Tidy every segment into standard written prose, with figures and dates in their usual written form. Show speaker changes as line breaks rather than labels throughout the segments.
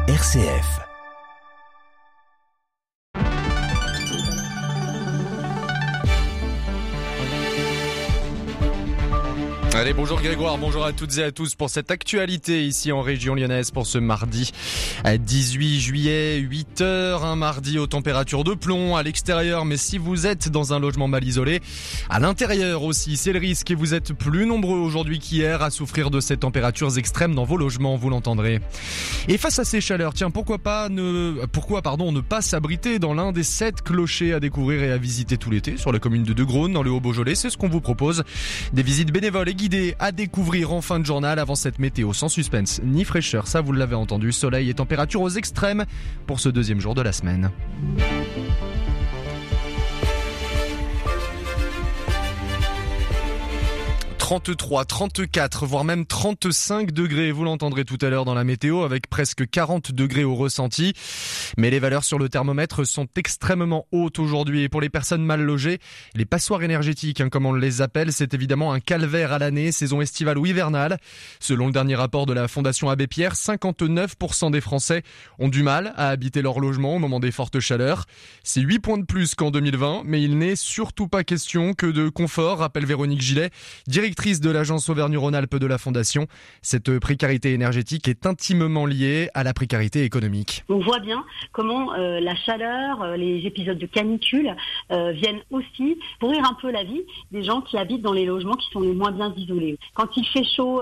RCF.
Allez, bonjour Grégoire, bonjour à toutes et à tous pour cette actualité ici en région lyonnaise pour ce mardi 18 juillet, 8h, un mardi aux températures de plomb à l'extérieur, mais si vous êtes dans un logement mal isolé, à l'intérieur aussi, c'est le risque et vous êtes plus nombreux aujourd'hui qu'hier à souffrir de ces températures extrêmes dans vos logements, vous l'entendrez. Et face à ces chaleurs, tiens, pourquoi ne pas s'abriter dans l'un des 7 clochers à découvrir et à visiter tout l'été sur la commune de Degraunes dans le Haut-Beaujolais, c'est ce qu'on vous propose. Des visites bénévoles et guidées à découvrir en fin de journal avant cette météo sans suspense ni fraîcheur, ça vous l'avez entendu, soleil et température aux extrêmes pour ce deuxième jour de la semaine. 33, 34, voire même 35 degrés, vous l'entendrez tout à l'heure dans la météo, avec presque 40 degrés au ressenti. Mais les valeurs sur le thermomètre sont extrêmement hautes aujourd'hui. Et pour les personnes mal logées, les passoires énergétiques, comme on les appelle, c'est évidemment un calvaire à l'année, saison estivale ou hivernale. Selon le dernier rapport de la Fondation Abbé Pierre, 59% des Français ont du mal à habiter leur logement au moment des fortes chaleurs. C'est 8 points de plus qu'en 2020, mais il n'est surtout pas question que de confort, rappelle Véronique Gillet, directrice de l'agence Auvergne-Rhône-Alpes de la Fondation. Cette précarité énergétique est intimement liée à la précarité économique.
On voit bien comment la chaleur, les épisodes de canicule viennent aussi pourrir un peu la vie des gens qui habitent dans les logements qui sont les moins bien isolés. Quand il fait chaud,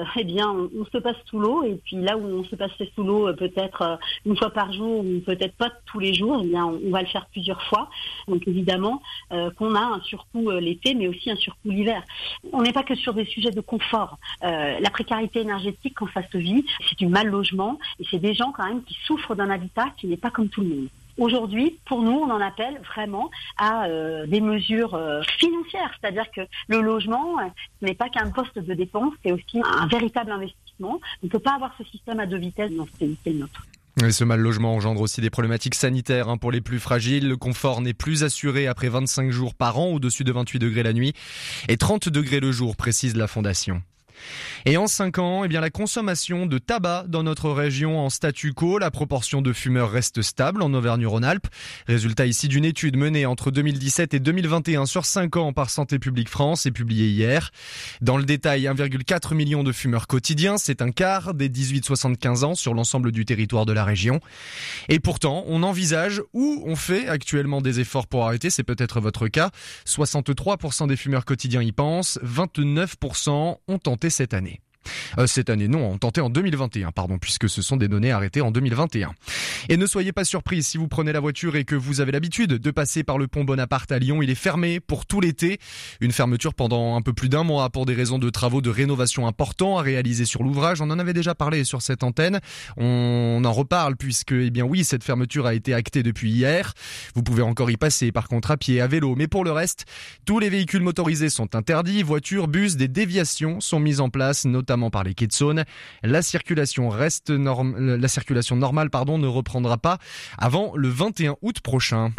on se passe sous l'eau, et puis là où on se passe sous l'eau peut-être une fois par jour ou peut-être pas tous les jours, on va le faire plusieurs fois. Donc évidemment qu'on a un surcoût l'été, mais aussi un surcoût l'hiver. On n'est pas que sur des sujets de confort. La précarité énergétique, quand ça se vit, c'est du mal logement, et c'est des gens quand même qui souffrent d'un habitat qui n'est pas comme tout le monde. Aujourd'hui, pour nous, on en appelle vraiment à des mesures financières, c'est-à-dire que le logement n'est pas qu'un poste de dépense, c'est aussi un véritable investissement. On ne peut pas avoir ce système à deux vitesses dans ce pays, c'est le nôtre.
Et ce mal logement engendre aussi des problématiques sanitaires pour les plus fragiles. Le confort n'est plus assuré après 25 jours par an, au-dessus de 28 degrés la nuit et 30 degrés le jour, précise la Fondation. Et en 5 ans, la consommation de tabac dans notre région en statu quo, la proportion de fumeurs reste stable en Auvergne-Rhône-Alpes. Résultat ici d'une étude menée entre 2017 et 2021 sur 5 ans par Santé publique France et publiée hier. Dans le détail, 1,4 million de fumeurs quotidiens, c'est un quart des 18-75 ans sur l'ensemble du territoire de la région. Et pourtant, on envisage ou on fait actuellement des efforts pour arrêter, c'est peut-être votre cas. 63% des fumeurs quotidiens y pensent, 29% ont tenté cette année. On tentait en 2021, puisque ce sont des données arrêtées en 2021. Et ne soyez pas surpris si vous prenez la voiture et que vous avez l'habitude de passer par le pont Bonaparte à Lyon. Il est fermé pour tout l'été. Une fermeture pendant un peu plus d'un mois pour des raisons de travaux de rénovation importants à réaliser sur l'ouvrage. On en avait déjà parlé sur cette antenne. On en reparle puisque, cette fermeture a été actée depuis hier. Vous pouvez encore y passer, par contre, à pied, à vélo. Mais pour le reste, tous les véhicules motorisés sont interdits. Voitures, bus, des déviations sont mises en place, notamment par les quais de Saône. La circulation normale ne reprendra pas avant le 21 août prochain.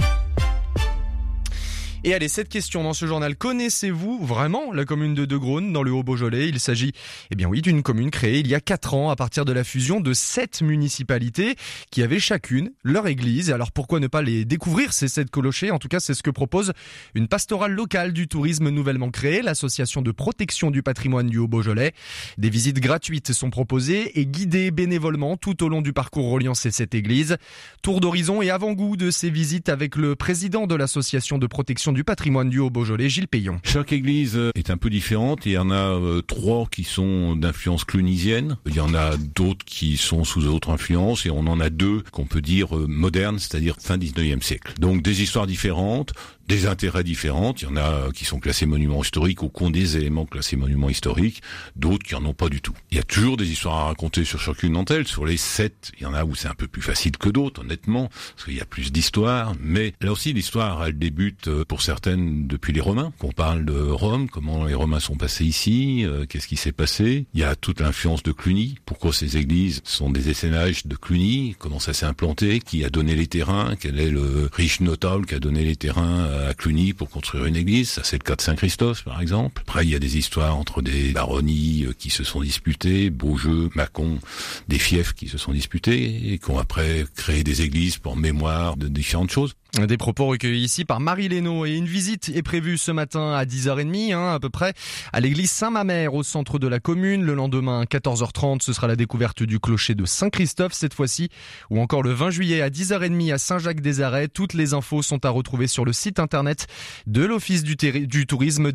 Et allez, cette question dans ce journal. Connaissez-vous vraiment la commune de Degraunes dans le Haut-Beaujolais ? Il s'agit, d'une commune créée il y a 4 ans à partir de la fusion de 7 municipalités qui avaient chacune leur église. Et alors pourquoi ne pas les découvrir, ces 7 clochers ? En tout cas, c'est ce que propose une pastorale locale du tourisme nouvellement créée, l'association de protection du patrimoine du Haut-Beaujolais. Des visites gratuites sont proposées et guidées bénévolement tout au long du parcours reliant ces 7 églises. Tour d'horizon et avant-goût de ces visites avec le président de l'association de protection du patrimoine du Haut-Beaujolais, Gilles Payon.
Chaque église est un peu différente. Il y en a 3 qui sont d'influence clunisienne. Il y en a d'autres qui sont sous autre influence et on en a 2 qu'on peut dire modernes, c'est-à-dire fin 19e siècle. Donc des histoires différentes, des intérêts différents. Il y en a qui sont classés monuments historiques ou qui ont des éléments classés monuments historiques, d'autres qui en ont pas du tout. Il y a toujours des histoires à raconter sur chacune d'entre elles. Sur les 7, il y en a où c'est un peu plus facile que d'autres, honnêtement, parce qu'il y a plus d'histoire. Mais là aussi, l'histoire, elle débute pour certaines depuis les Romains. Qu'on parle de Rome, comment les Romains sont passés ici, qu'est-ce qui s'est passé. Il y a toute l'influence de Cluny. Pourquoi ces églises sont des essaimages de Cluny, comment ça s'est implanté, qui a donné les terrains, quel est le riche notable qui a donné les terrains à Cluny pour construire une église. Ça, c'est le cas de Saint-Christophe, par exemple. Après, il y a des histoires entre des baronnies qui se sont disputées, Beaujeu, Mâcon, des fiefs qui se sont disputés et qui ont après créé des églises pour mémoire de différentes choses.
Des propos recueillis ici par Marie Lénaud, et une visite est prévue ce matin à 10h30 à peu près à l'église Saint-Mamère au centre de la commune. Le lendemain à 14h30, ce sera la découverte du clocher de Saint-Christophe cette fois-ci, ou encore le 20 juillet à 10h30 à Saint-Jacques-des-Arrêts. Toutes les infos sont à retrouver sur le site internet de l'Office du tourisme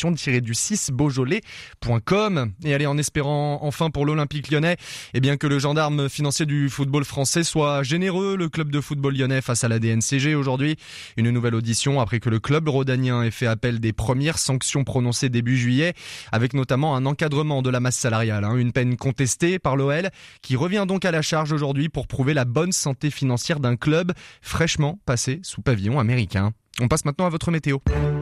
destination-du6beaujolais.com. Et allez, en espérant enfin pour l'Olympique lyonnais, que le gendarme financier du football français soit généreux. Le club de football lyonnais face à la DNCG aujourd'hui. Une nouvelle audition après que le club rhodanien ait fait appel des premières sanctions prononcées début juillet, avec notamment un encadrement de la masse salariale. Une peine contestée par l'OL qui revient donc à la charge aujourd'hui pour prouver la bonne santé financière d'un club fraîchement passé sous pavillon américain. On passe maintenant à votre météo.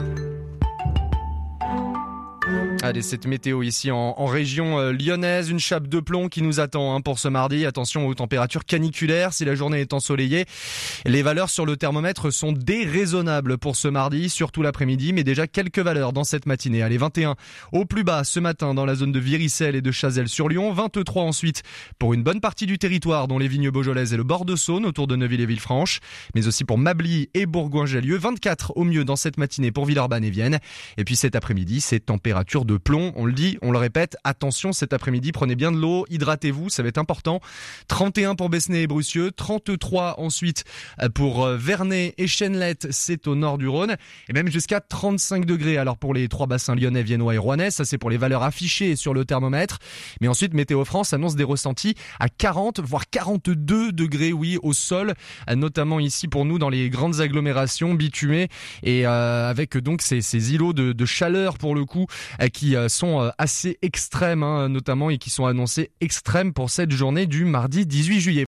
Allez, cette météo ici en région lyonnaise, une chape de plomb qui nous attend pour ce mardi. Attention aux températures caniculaires si la journée est ensoleillée. Les valeurs sur le thermomètre sont déraisonnables pour ce mardi, surtout l'après-midi, mais déjà quelques valeurs dans cette matinée. Allez, 21 au plus bas ce matin dans la zone de Viricelle et de Chazelles-sur-Lyon, 23 ensuite pour une bonne partie du territoire dont les vignes beaujolaises et le bord de Saône autour de Neuville et Villefranche, mais aussi pour Mably et Bourgoin-Jallieu, 24 au mieux dans cette matinée pour Villeurbanne et Vienne. Et puis cet après-midi, ces températures de plomb, on le dit, on le répète, attention cet après-midi, prenez bien de l'eau, hydratez-vous, ça va être important. 31 pour Besnay et Brucieux, 33 ensuite pour Vernet et Chennelet, c'est au nord du Rhône, et même jusqu'à 35 degrés. Alors pour les trois bassins lyonnais, viennois et rouennais, ça c'est pour les valeurs affichées sur le thermomètre. Mais ensuite, Météo France annonce des ressentis à 40 voire 42 degrés, oui, au sol, notamment ici pour nous dans les grandes agglomérations bitumées et avec donc ces îlots de chaleur pour le coup qui sont assez extrêmes notamment et qui sont annoncés extrêmes pour cette journée du mardi 18 juillet.